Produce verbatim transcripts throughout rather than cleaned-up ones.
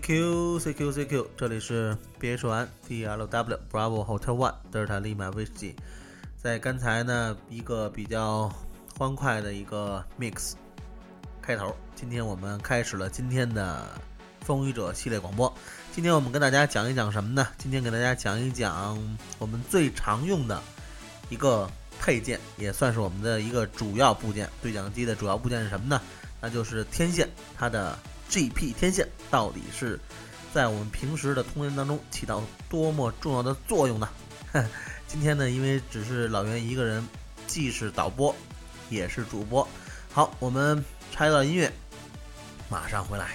Q C Q C Q， 这里是 B H 一 D L W Bravo Hotel One 德尔塔利马威士忌。在刚才呢一个比较欢快的一个 mix 开头，今天我们开始了今天的风雨者系列广播。今天我们跟大家讲一讲什么呢？今天给大家讲一讲我们最常用的一个配件，也算是我们的一个主要部件。对讲机的主要部件是什么呢？那就是天线，它的 G P 天线到底是在我们平时的通联当中起到多么重要的作用呢？今天呢，因为只是老袁一个人，既是导播也是主播。好，我们插一段音乐，马上回来。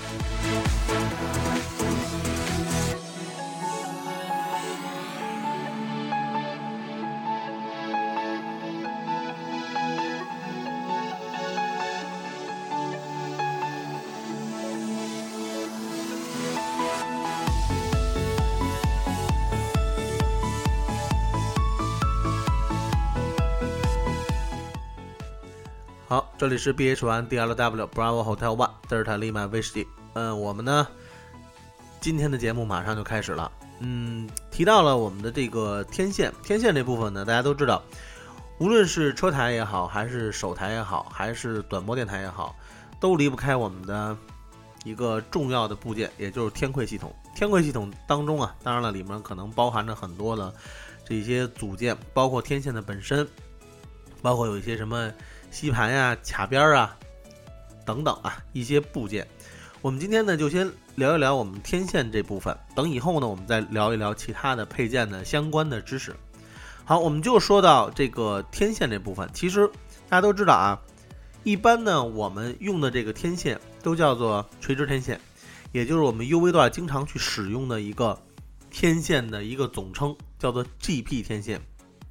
好，这里是 B H 一 D L W Bravo Hotel One 德尔塔利马威士忌。嗯，我们呢今天的节目马上就开始了。嗯，提到了我们的这个天线，天线这部分呢，大家都知道，无论是车台也好，还是手台也好，还是短波电台也好，都离不开我们的一个重要的部件，也就是天馈系统。天馈系统当中啊，当然了，里面可能包含着很多的这些组件，包括天线的本身，包括有一些什么吸盘呀、卡边啊等等啊一些部件。我们今天呢就先聊一聊我们天线这部分，等以后呢我们再聊一聊其他的配件的相关的知识。好，我们就说到这个天线这部分。其实大家都知道啊，一般呢我们用的这个天线都叫做垂直天线，也就是我们 U V 段经常去使用的一个天线的一个总称，叫做 G P 天线。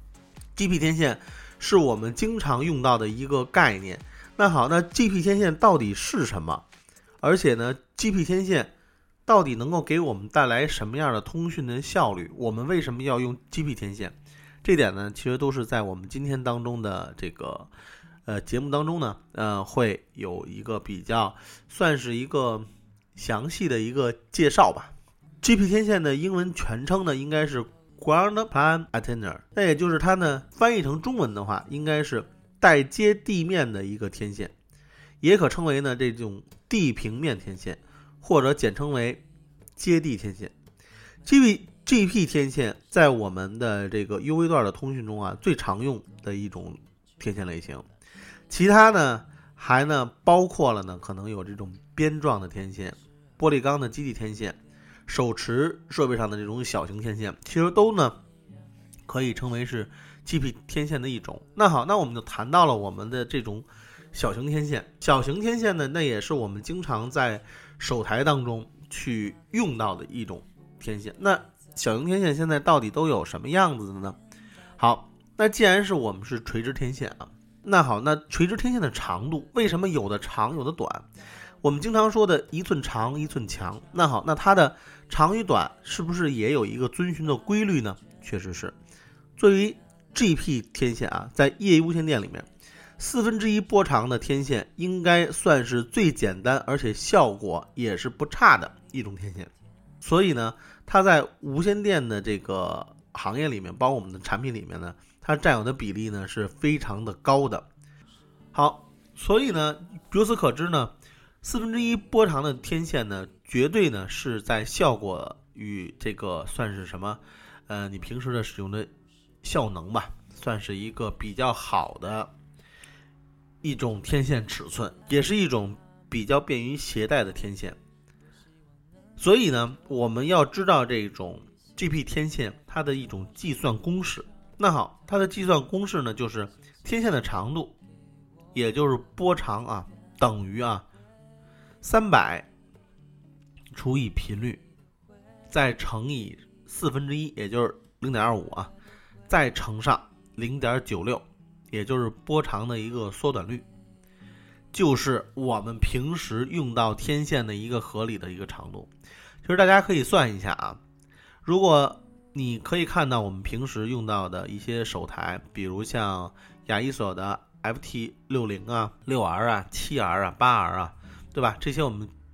G P 天线是我们经常用到的一个概念。那好，那 G P 天线到底是什么？而且呢 G P 天线到底能够给我们带来什么样的通讯的效率？我们为什么要用 G P 天线？这点呢其实都是在我们今天当中的这个呃节目当中呢呃会有一个比较算是一个详细的一个介绍吧。 G P 天线的英文全称呢应该是 Ground Plane Antenna， 那也就是它呢翻译成中文的话应该是带接地面的一个天线，也可称为呢这种地平面天线，或者简称为接地天线。 G P G P 天线在我们的这个 U V 段的通讯中啊最常用的一种天线类型。其他呢还呢包括了呢可能有这种边状的天线、玻璃钢的基地天线、手持设备上的这种小型天线，其实都呢可以称为是 G P 天线的一种。那好，那我们就谈到了我们的这种小型天线。小型天线呢，那也是我们经常在手台当中去用到的一种天线。那小型天线现在到底都有什么样子的呢？好，那既然是我们是垂直天线啊，那好，那垂直天线的长度为什么有的长有的短？我们经常说的一寸长一寸强，那好，那它的长与短是不是也有一个遵循的规律呢？确实是。作为 G P 天线啊，在业余无线电里面，四分之一波长的天线应该算是最简单而且效果也是不差的一种天线。所以呢，它在无线电的这个行业里面，包括我们的产品里面呢，它占有的比例呢是非常的高的。好，所以呢，由此可知呢，四分之一波长的天线呢，绝对呢是在效果与这个算是什么，呃，你平时的使用的效能吧，算是一个比较好的一种天线尺寸，也是一种比较便于携带的天线。所以呢，我们要知道这种 G P 天线它的一种计算公式。那好，它的计算公式呢，就是天线的长度，也就是波长啊，等于啊三百除以频率，再乘以四分之一，也就是 零点二五 啊，再乘上 零点九六， 也就是波长的一个缩短率，就是我们平时用到天线的一个合理的一个长度。其实大家可以算一下啊，如果你可以看到我们平时用到的一些手台，比如像亚一索的 F T 六十 啊、六 R 啊、七 R 啊、八 R 啊，对吧？这些我们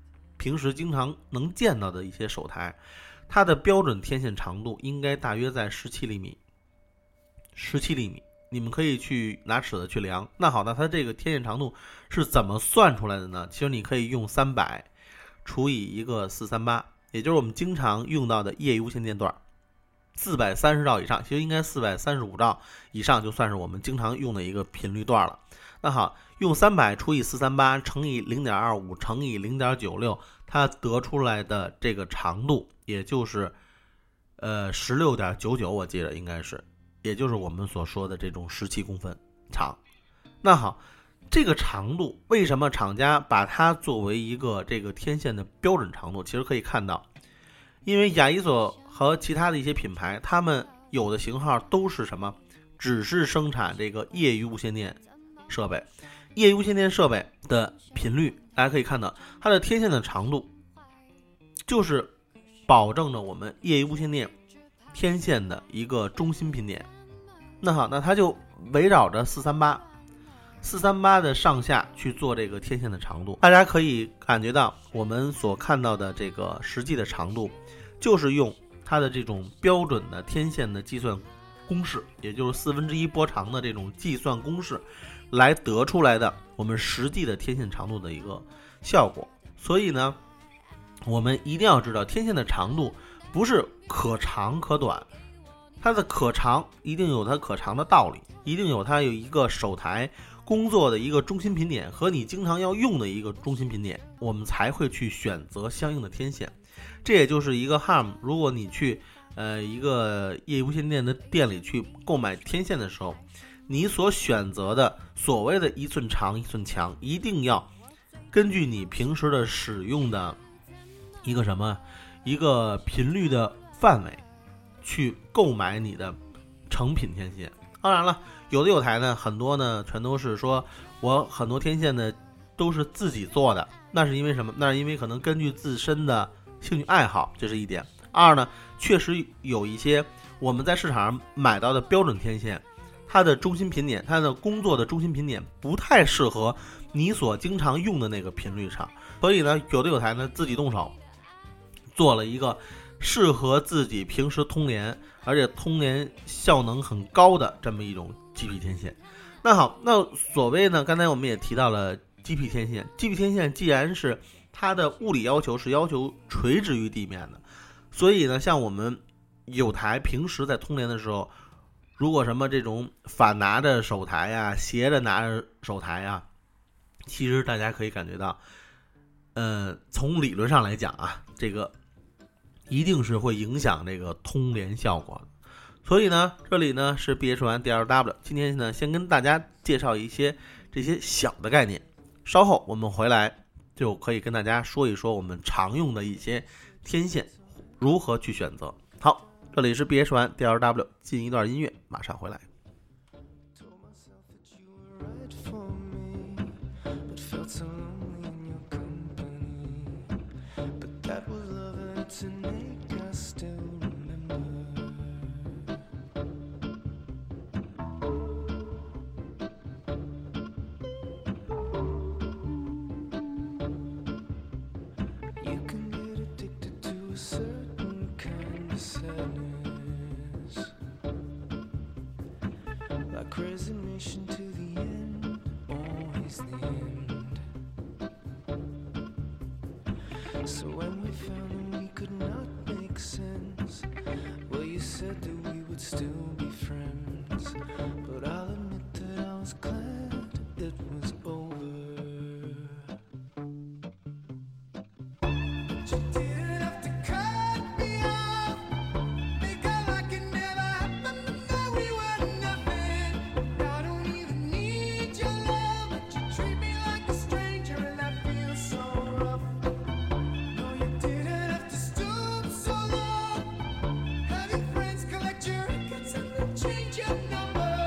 平时经常能见到的一些手台，它的标准天线长度应该大约在十七厘米。十七厘米，你们可以去拿尺子去量。那好，那它这个天线长度是怎么算出来的呢？其实你可以用三百除以一个四三八，也就是我们经常用到的业余无线电段，四百三十兆以上，其实应该四百三十五兆以上就算是我们经常用的一个频率段了。那好，用三百除以四三八乘以 零点二五 乘以 零点九六， 它得出来的这个长度也就是呃 十六点九九， 我记得应该是，也就是我们所说的这种十七公分长。那好，这个长度为什么厂家把它作为一个这个天线的标准长度？其实可以看到，因为亚一索和其他的一些品牌，他们有的型号都是什么，只是生产这个业余无线电设备，业余无线电设备的频率，大家可以看到它的天线的长度就是保证着我们业余无线电天线的一个中心频点。那好，那它就围绕着四三八四三八的上下去做这个天线的长度。大家可以感觉到我们所看到的这个实际的长度，就是用它的这种标准的天线的计算公式，也就是四分之一波长的这种计算公式来得出来的我们实际的天线长度的一个效果。所以呢，我们一定要知道，天线的长度不是可长可短，它的可长一定有它可长的道理，一定有它有一个手台工作的一个中心频点和你经常要用的一个中心频点，我们才会去选择相应的天线。这也就是一个 H A R M， 如果你去呃一个业余无线电的店里去购买天线的时候，你所选择的所谓的一寸长一寸强，一定要根据你平时的使用的一个什么一个频率的范围去购买你的成品天线。当然了，有的有台呢，很多呢全都是说我很多天线呢都是自己做的，那是因为什么？那是因为可能根据自身的兴趣爱好，这是一点。二呢，确实有一些我们在市场上买到的标准天线，它的中心频点，它的工作的中心频点不太适合你所经常用的那个频率上，所以呢，有的有台呢自己动手做了一个适合自己平时通联，而且通联效能很高的这么一种 G P 天线。那好，那所谓呢，刚才我们也提到了 G P 天线 ，G P 天线既然是它的物理要求是要求垂直于地面的，所以呢，像我们有台平时在通联的时候，如果什么这种反拿着手台呀、斜着拿着手台呀，其实大家可以感觉到，呃，从理论上来讲啊，这个一定是会影响这个通联效果的。所以呢，这里呢是 B H 一 D L W， 今天呢先跟大家介绍一些这些小的概念，稍后我们回来就可以跟大家说一说我们常用的一些天线如何去选择。好，这里是 B H 一 D L W， 进一段音乐，马上回来。 Resignation to the end, always the end. So when we found that we could not make sense, well, you said that we would still be friends, but I'll admit that I was glad it was over. But you didn't have to cut me off, make out like it never happened, and that we were nothing. I don't even need your love, but you treat me like a stranger, and that feels so rough. No, you didn't have to stoop so low, have your friends collect your records and then change your number.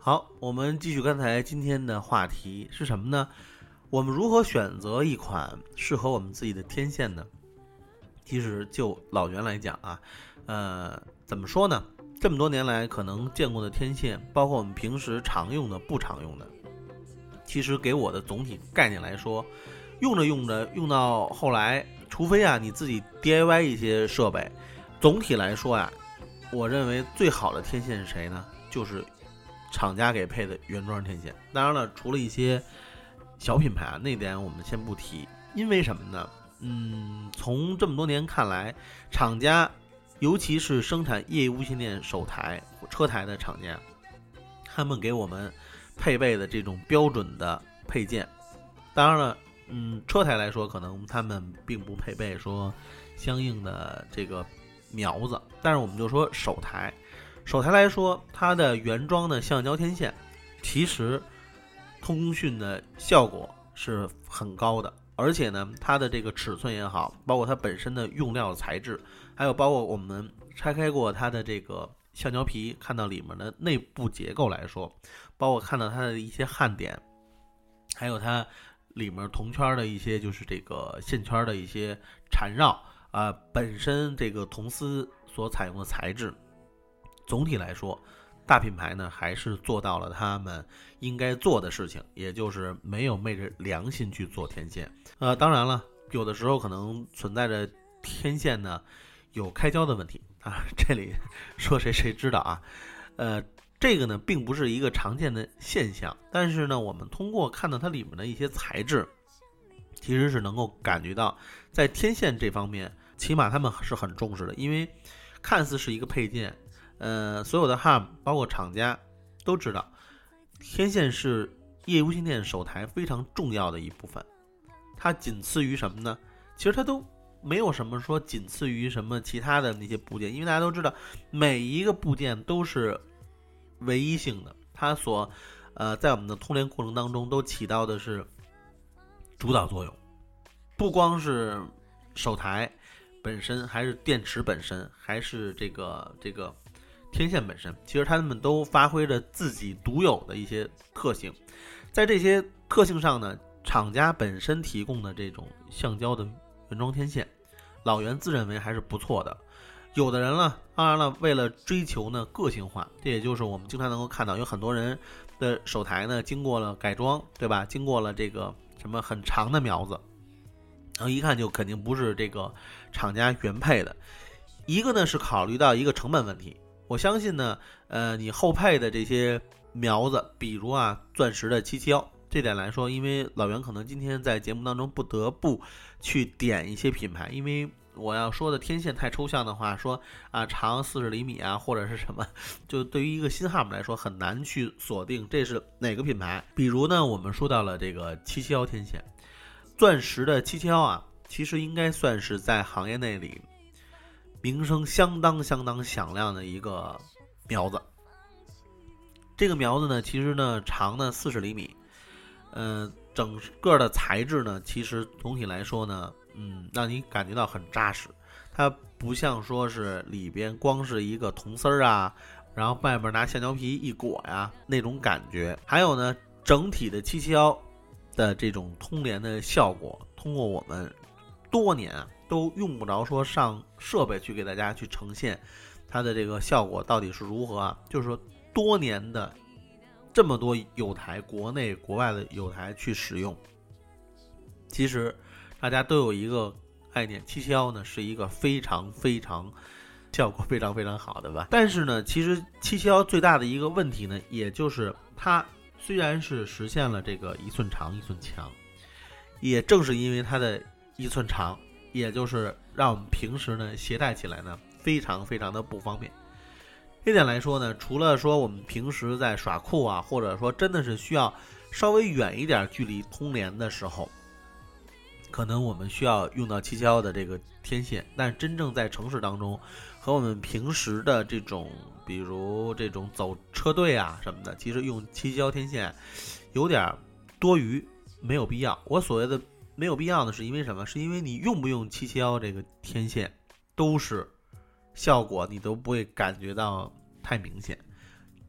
好，我们继续刚才今天的话题是什么呢？我们如何选择一款适合我们自己的天线呢？其实就老袁来讲啊，呃，怎么说呢？这么多年来可能见过的天线，包括我们平时常用的、不常用的，其实给我的总体概念来说，用着用着用到后来，除非啊你自己 D I Y 一些设备，总体来说呀、啊，我认为最好的天线是谁呢？就是厂家给配的原装天线。当然了，除了一些小品牌啊，那点我们先不提，因为什么呢？嗯，从这么多年看来，厂家尤其是生产液无线电手台、车台的厂家，他们给我们配备的这种标准的配件，当然了，嗯，车台来说，可能他们并不配备说相应的这个苗子，但是我们就说手台，手台来说，它的原装的橡胶天线，其实通讯的效果是很高的。而且呢，它的这个尺寸也好，包括它本身的用料材质，还有包括我们拆开过它的这个橡胶皮，看到里面的内部结构来说，包括看到它的一些焊点，还有它里面铜圈的一些就是这个线圈的一些缠绕啊、呃，本身这个铜丝所采用的材质，总体来说，大品牌呢还是做到了他们应该做的事情，也就是没有昧着良心去做天线。呃，当然了，有的时候可能存在着天线呢有开胶的问题啊，这里说谁谁知道啊。呃，这个呢并不是一个常见的现象，但是呢，我们通过看到它里面的一些材质，其实是能够感觉到，在天线这方面，起码他们是很重视的，因为看似是一个配件。呃，所有的 H A M 包括厂家都知道，天线是业无线电手台非常重要的一部分。它仅次于什么呢？其实它都没有什么说仅次于什么其他的那些部件，因为大家都知道，每一个部件都是唯一性的，它所呃在我们的通联过程当中都起到的是主导作用，不光是手台本身，还是电池本身，还是这个这个。天线本身，其实它们都发挥着自己独有的一些特性，在这些特性上呢，厂家本身提供的这种橡胶的原装天线，老袁自认为还是不错的。有的人呢，当然了，为了追求呢个性化，这也就是我们经常能够看到有很多人的手台呢，经过了改装，对吧？经过了这个什么很长的苗子，然后一看就肯定不是这个厂家原配的。一个呢是考虑到一个成本问题。我相信呢，呃，你后配的这些苗子，比如啊，钻石的七七一，这点来说，因为老袁可能今天在节目当中不得不去点一些品牌，因为我要说的天线太抽象的话，说啊长四十厘米啊，或者是什么，就对于一个新 H A M 来说很难去锁定这是哪个品牌。比如呢，我们说到了这个七七一天线，钻石的七七一啊，其实应该算是在行业内里名声相当相当响亮的一个苗子。这个苗子呢，其实呢长呢四十厘米，呃，整个的材质呢，其实总体来说呢，嗯，让你感觉到很扎实。它不像说是里边光是一个铜丝儿啊，然后外边拿橡胶皮一裹呀那种感觉。还有呢，整体的七七一的这种通联的效果，通过我们多年啊。都用不着说上设备去给大家去呈现它的这个效果到底是如何啊？就是说多年的这么多友台，国内国外的友台去使用，其实大家都有一个概念，七七一呢是一个非常非常效果非常非常好的吧。但是呢，其实七七一最大的一个问题呢，也就是它虽然是实现了这个一寸长一寸强，也正是因为它的一寸长。也就是让我们平时呢携带起来呢非常非常的不方便。这点来说呢，除了说我们平时在耍酷啊，或者说真的是需要稍微远一点距离通联的时候，可能我们需要用到七七一的这个天线，但真正在城市当中和我们平时的这种比如这种走车队啊什么的，其实用七七一天线有点多余，没有必要。我所谓的没有必要的是因为什么？是因为你用不用七七一这个天线，都是效果你都不会感觉到太明显。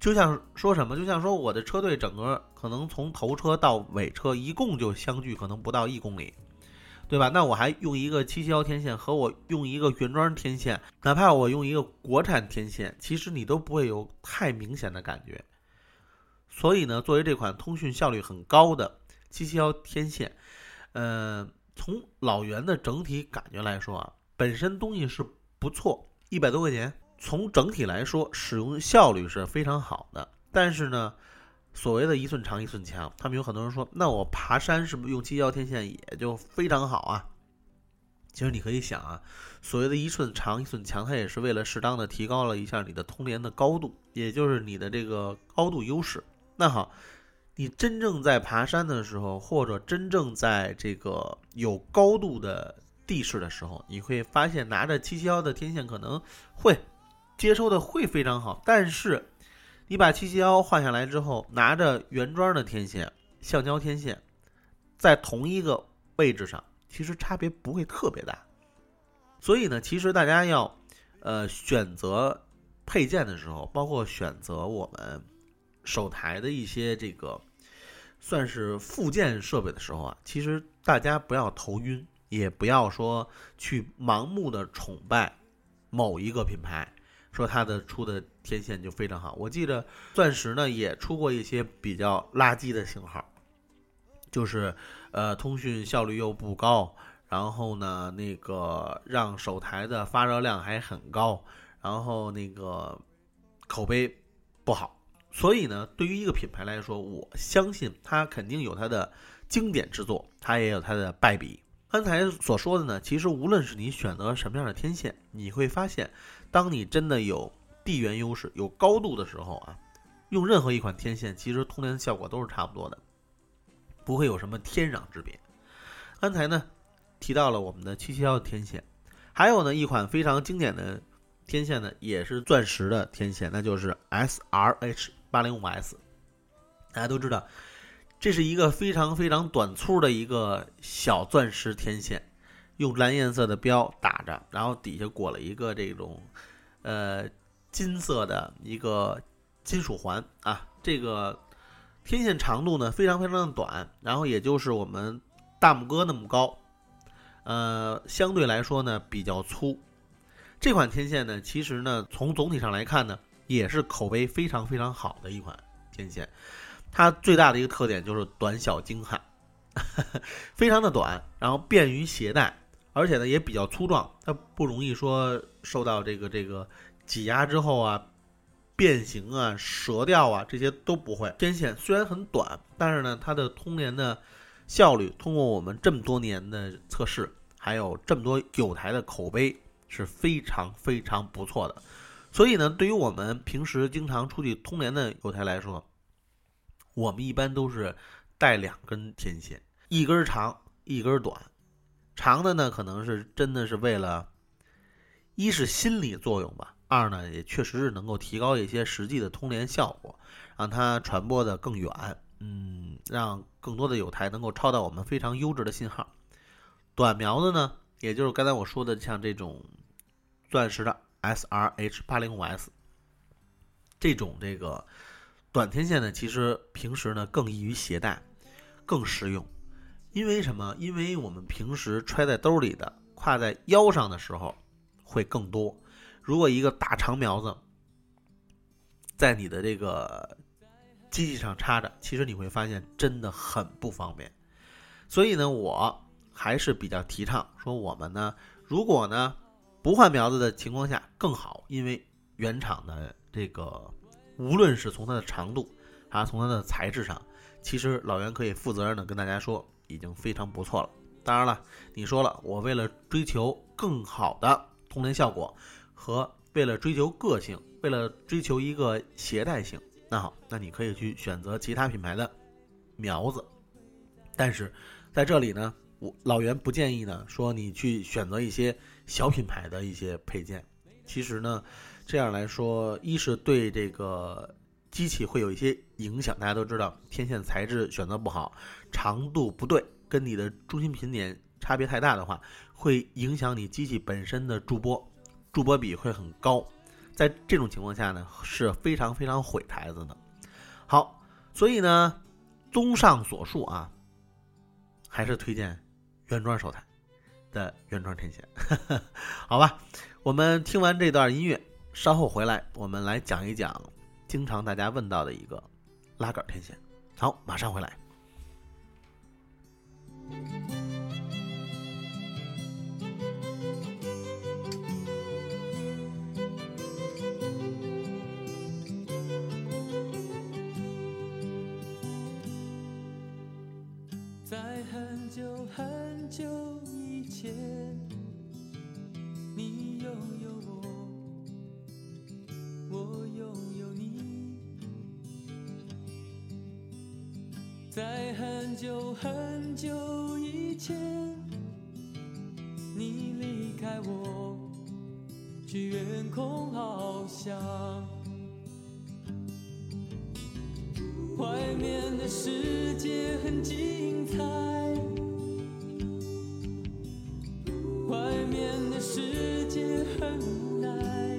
就像说什么，就像说我的车队整个可能从头车到尾车一共就相距可能不到一公里，对吧？那我还用一个七七一天线和我用一个原装天线，哪怕我用一个国产天线，其实你都不会有太明显的感觉。所以呢，作为这款通讯效率很高的七七一天线，呃，从老袁的整体感觉来说啊，本身东西是不错，一百多块钱，从整体来说使用效率是非常好的。但是呢，所谓的一寸长一寸强，他们有很多人说，那我爬山是不是用七七一天线也就非常好啊？其实你可以想啊，所谓的一寸长一寸强，它也是为了适当的提高了一下你的通联的高度，也就是你的这个高度优势。那好，你真正在爬山的时候，或者真正在这个有高度的地势的时候，你会发现拿着七七一的天线可能会接收的会非常好，但是你把七七一换下来之后，拿着原装的天线、橡胶天线，在同一个位置上，其实差别不会特别大。所以呢，其实大家要呃选择配件的时候，包括选择我们手台的一些这个算是附件设备的时候啊，其实大家不要头晕，也不要说去盲目的崇拜某一个品牌，说它的出的天线就非常好。我记得钻石呢也出过一些比较垃圾的型号，就是呃通讯效率又不高，然后呢那个让手台的发热量还很高，然后那个口碑不好。所以呢，对于一个品牌来说，我相信它肯定有它的经典之作，它也有它的败笔。刚才所说的呢，其实无论是你选择什么样的天线，你会发现，当你真的有地缘优势、有高度的时候啊，用任何一款天线，其实通联效果都是差不多的，不会有什么天壤之别。刚才呢提到了我们的七七一的天线，还有呢一款非常经典的天线呢，也是钻石的天线，那就是 S R H 八零五 S。 大家都知道，这是一个非常非常短粗的一个小钻石天线，用蓝颜色的标打着，然后底下裹了一个这种呃金色的一个金属环啊。这个天线长度呢非常非常的短，然后也就是我们大拇哥那么高，呃，相对来说呢比较粗。这款天线呢，其实呢从总体上来看呢，也是口碑非常非常好的一款天线。它最大的一个特点就是短小精悍，非常的短，然后便于携带，而且呢也比较粗壮，它不容易说受到这个这个挤压之后啊变形啊折掉啊，这些都不会。天线虽然很短，但是呢它的通联的效率，通过我们这么多年的测试，还有这么多友台的口碑，是非常非常不错的。所以呢，对于我们平时经常出去通联的友台来说，我们一般都是带两根天线，一根长一根短。长的呢可能是真的是为了，一是心理作用吧，二呢也确实是能够提高一些实际的通联效果，让它传播的更远，嗯，让更多的友台能够抄到我们非常优质的信号。短苗的呢，也就是刚才我说的像这种钻石的 S R H 八零五 S 这种这个短天线呢，其实平时呢更易于携带，更实用。因为什么？因为我们平时揣在兜里的、挎在腰上的时候会更多。如果一个大长苗子在你的这个机器上插着，其实你会发现真的很不方便。所以呢，我还是比较提倡说，我们呢，如果呢不换苗子的情况下更好，因为原厂的这个无论是从它的长度还是从它的材质上，其实老袁可以负责任的跟大家说，已经非常不错了。当然了，你说了，我为了追求更好的通联效果和为了追求个性，为了追求一个携带性，那好，那你可以去选择其他品牌的苗子。但是在这里呢，我老袁不建议呢说你去选择一些小品牌的一些配件。其实呢，这样来说，一是对这个机器会有一些影响。大家都知道，天线材质选择不好，长度不对，跟你的中心频点差别太大的话，会影响你机器本身的驻波，驻波比会很高。 在这种情况下呢，是非常非常毁台子的。好，所以呢，综上所述啊，还是推荐原装手台的原装天线。好吧，我们听完这段音乐，稍后回来我们来讲一讲经常大家问到的一个拉杆天线。好，马上回来。 在很久很久以前，你拥有我，我拥有你。在很久很久以前，你离开我，去远空翱翔。外面的世界很精彩，外面的世界很无奈。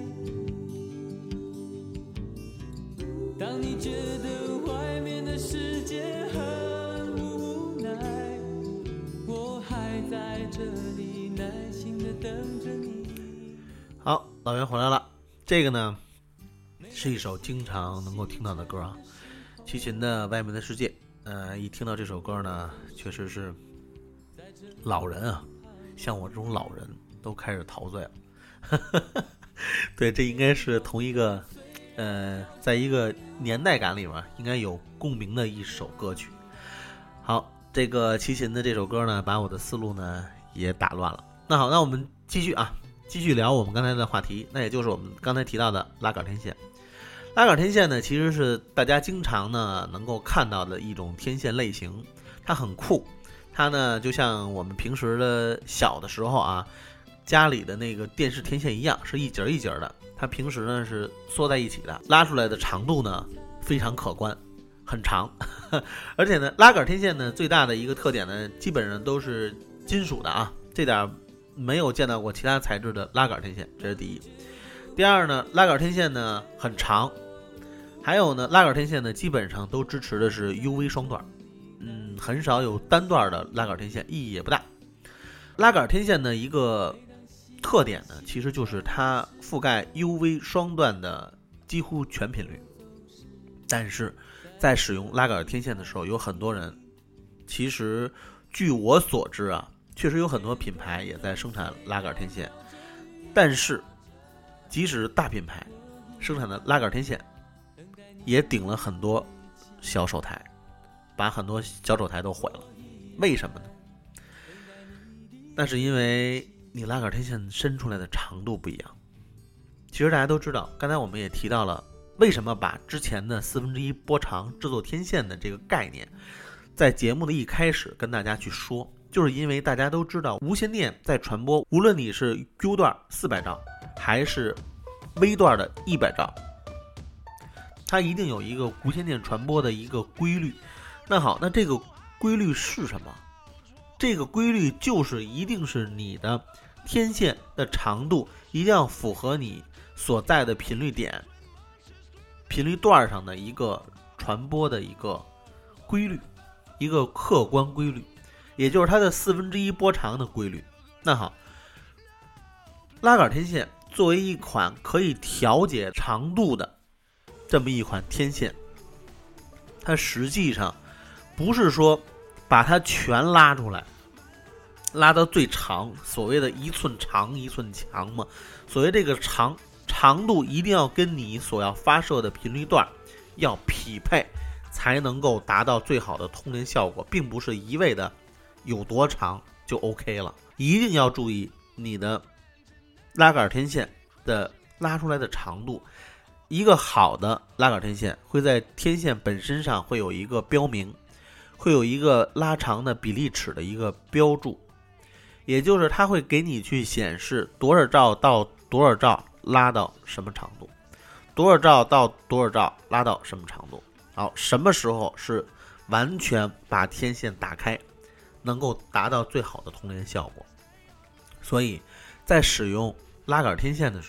当你觉得外面的世界很无奈，我还在这里耐心地等着你。 好，老袁回来了。这个呢，是一首经常能够听到的歌啊。齐秦的《外面的世界》，呃，一听到这首歌呢，确实是老人啊，像我这种老人都开始陶醉了。对，这应该是同一个，呃，在一个年代感里面应该有共鸣的一首歌曲。好，这个齐秦的这首歌呢，把我的思路呢也打乱了。那好，那我们继续啊，继续聊我们刚才的话题，那也就是我们刚才提到的拉杆天线。拉杆天线呢，其实是大家经常呢能够看到的一种天线类型，它很酷。它呢就像我们平时的小的时候啊，家里的那个电视天线一样，是一节一节的。它平时呢是缩在一起的，拉出来的长度呢非常可观，很长。而且呢，拉杆天线呢最大的一个特点呢，基本上都是金属的啊，这点没有见到过其他材质的拉杆天线，这是第一。第二呢，拉杆天线呢很长。还有呢，拉杆天线呢，基本上都支持的是 U V 双段，嗯，很少有单段的拉杆天线，意义也不大。拉杆天线的一个特点呢，其实就是它覆盖 U V 双段的几乎全频率。但是在使用拉杆天线的时候，有很多人，其实据我所知啊，确实有很多品牌也在生产拉杆天线，但是即使大品牌生产的拉杆天线，也顶了很多小手台，把很多小手台都毁了。为什么呢？那是因为你拉杆天线伸出来的长度不一样。其实大家都知道，刚才我们也提到了，为什么把之前的四分之一波长制作天线的这个概念，在节目的一开始跟大家去说，就是因为大家都知道，无线电在传播，无论你是 U 段四百兆，还是 V 段的一百兆。它一定有一个无线电传播的一个规律。那好，那这个规律是什么？这个规律就是一定是你的天线的长度一定要符合你所在的频率点、频率段上的一个传播的一个规律，一个客观规律，也就是它的四分之一波长的规律。那好，拉杆天线作为一款可以调节长度的这么一款天线，它实际上不是说把它全拉出来，拉到最长，所谓的一寸长一寸强嘛。所谓这个长长度一定要跟你所要发射的频率段要匹配，才能够达到最好的通联效果，并不是一味的有多长就 OK 了。一定要注意你的拉杆天线的拉出来的长度。一个好的拉杆天线会在天线本身上会有一个标明，会有一个拉长的比例尺的一个标注，也就是它会给你去显示多少兆到多少兆拉到什么长度，多少兆到多少兆拉到什么长度。好，什么时候是完全把天线打开，能够达到最好的通联效果。所以在使用拉杆天线的时候，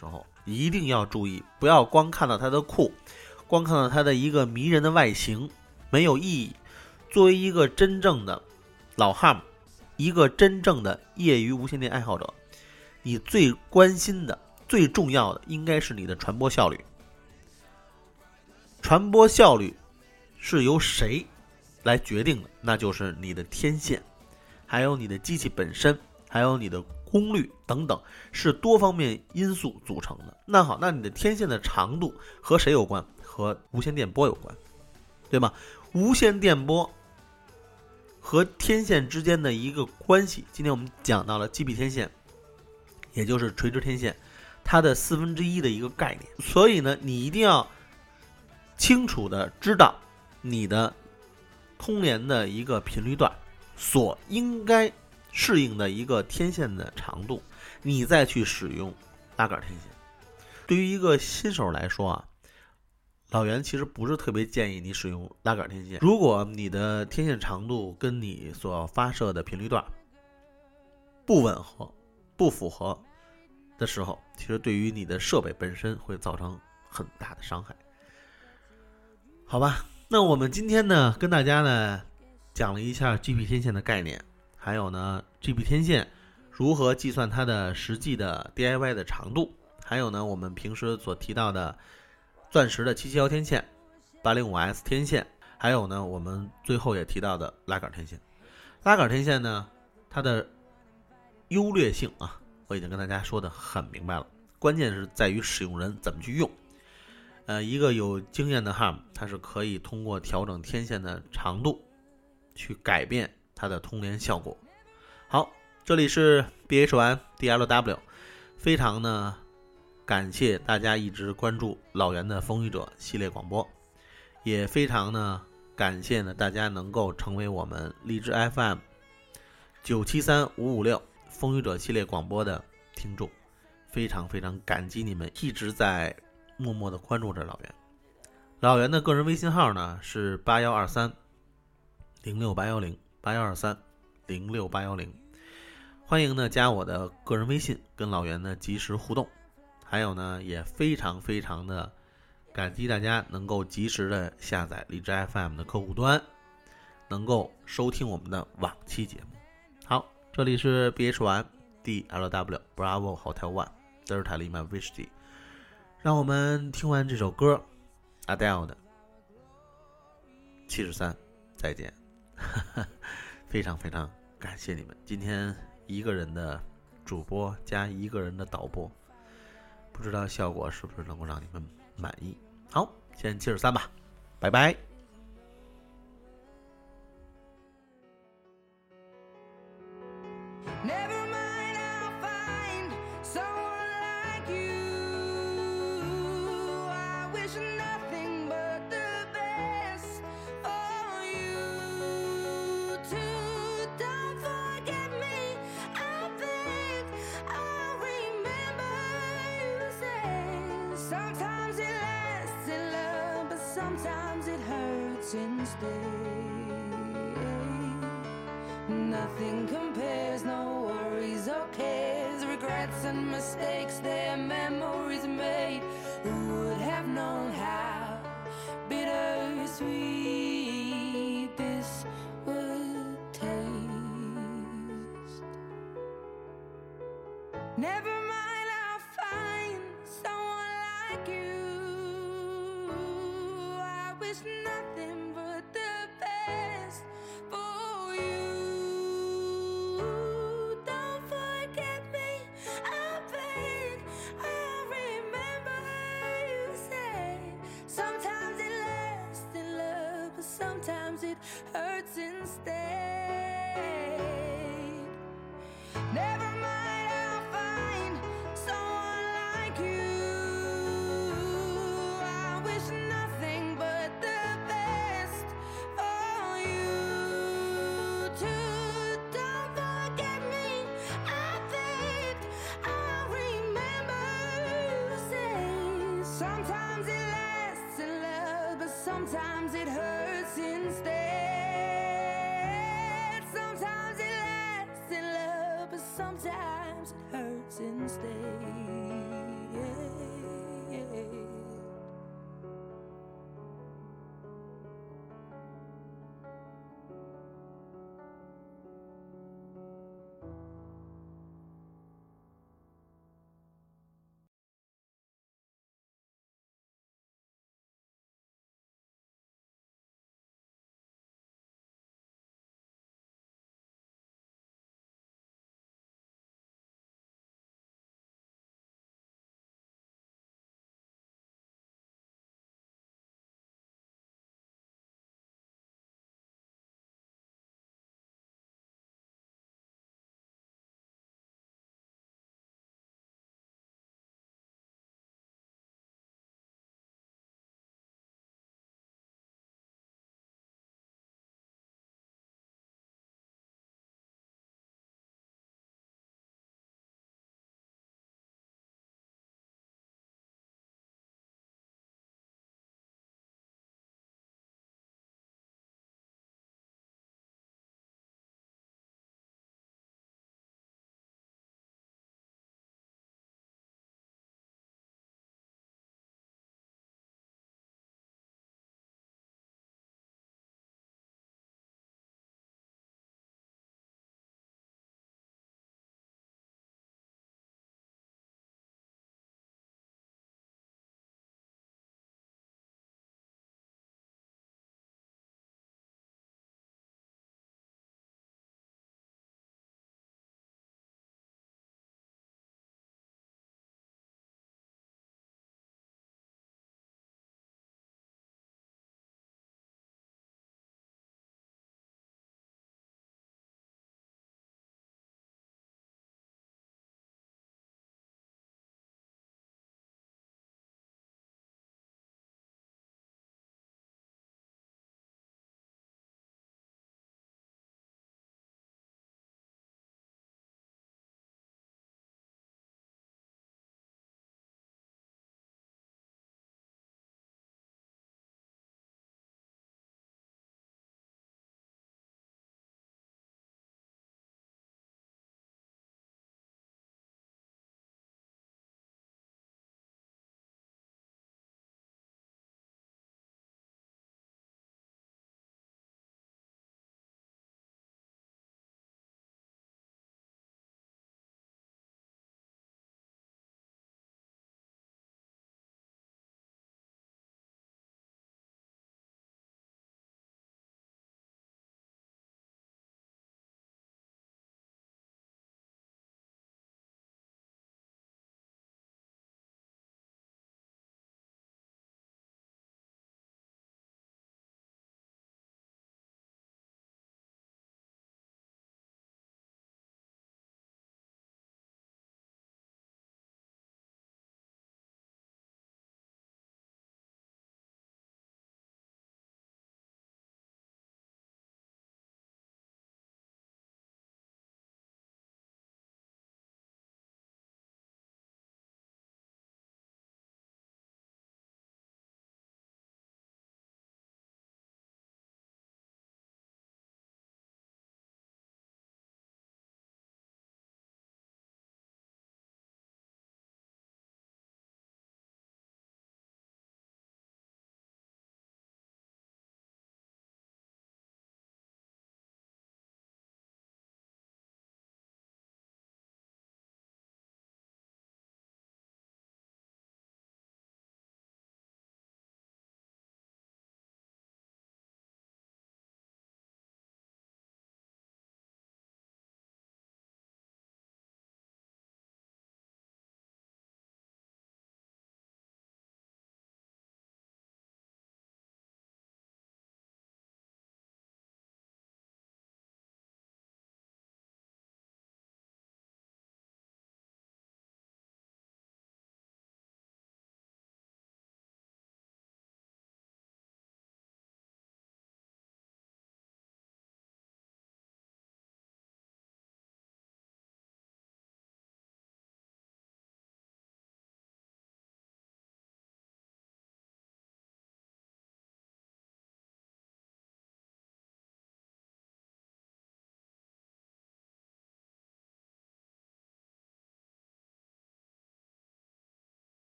一定要注意，不要光看到它的酷，光看到它的一个迷人的外形，没有意义。作为一个真正的老汉，一个真正的业余无线电爱好者，你最关心的、最重要的应该是你的传播效率。传播效率是由谁来决定的？那就是你的天线，还有你的机器本身，还有你的功率等等，是多方面因素组成的。那好，那你的天线的长度和谁有关？和无线电波有关，对吗？无线电波和天线之间的一个关系，今天我们讲到了 G P 天线，也就是垂直天线，它的四分之一的一个概念。所以呢，你一定要清楚的知道你的通联的一个频率段所应该适应的一个天线的长度，你再去使用拉杆天线。对于一个新手来说啊，老袁其实不是特别建议你使用拉杆天线。如果你的天线长度跟你所发射的频率段不吻合、不符合的时候，其实对于你的设备本身会造成很大的伤害。好吧，那我们今天呢，跟大家呢讲了一下 G P 天线的概念，还有呢 G P 天线如何计算它的实际的 D I Y 的长度，还有呢我们平时所提到的钻石的七七一天线、八零五 S 天线，还有呢我们最后也提到的拉杆天线。拉杆天线呢，它的优劣性啊，我已经跟大家说的很明白了，关键是在于使用人怎么去用。呃，一个有经验的 ham， 它是可以通过调整天线的长度去改变它的通联效果。好，这里是 B H 一 D L W， 非常呢感谢大家一直关注老袁的风雨者系列广播，也非常呢感谢呢大家能够成为我们荔枝 F M 九七三五五六风雨者系列广播的听众，非常非常感激你们一直在默默的关注着老袁。老袁的个人微信号呢是八一二三零六八一零八一二三零六八一零，欢迎呢加我的个人微信跟老袁呢及时互动。还有呢，也非常非常的感激大家能够及时的下载荔枝 F M 的客户端，能够收听我们的往期节目。好，这里是 B H 一 D L W Bravo Hotel One Delta Lima Whiskey， 让我们听完这首歌 Adele 的七十三再见。非常非常感谢你们，今天一个人的主播加一个人的导播，不知道效果是不是能够让你们满意。好，先七十三吧，拜拜。 Never mind, I'll find someone like you. I wish nothing but the best for you too. Don't forget me, I think I'll remember you said. Sometimes it lasts in love, but sometimes it hurts instead. Nothing compares, no worries or cares, regrets and mistakes, their memories made. Who would have known how bittersweet this would taste? Never mind, I'll find someone like you. I wish nothing but the best for you. Don't forget me, I beg. I'll remember you said. Sometimes it lasts in love, but sometimes it hurts instead. Never mind, I'll find someone like you. I wish nothing but the best for you too. Don't forget me, I beg. I'll remember you say. Sometimes it lasts in love, but sometimes it hurts instead. Sometimes it lasts in love, but sometimes it hurts instead.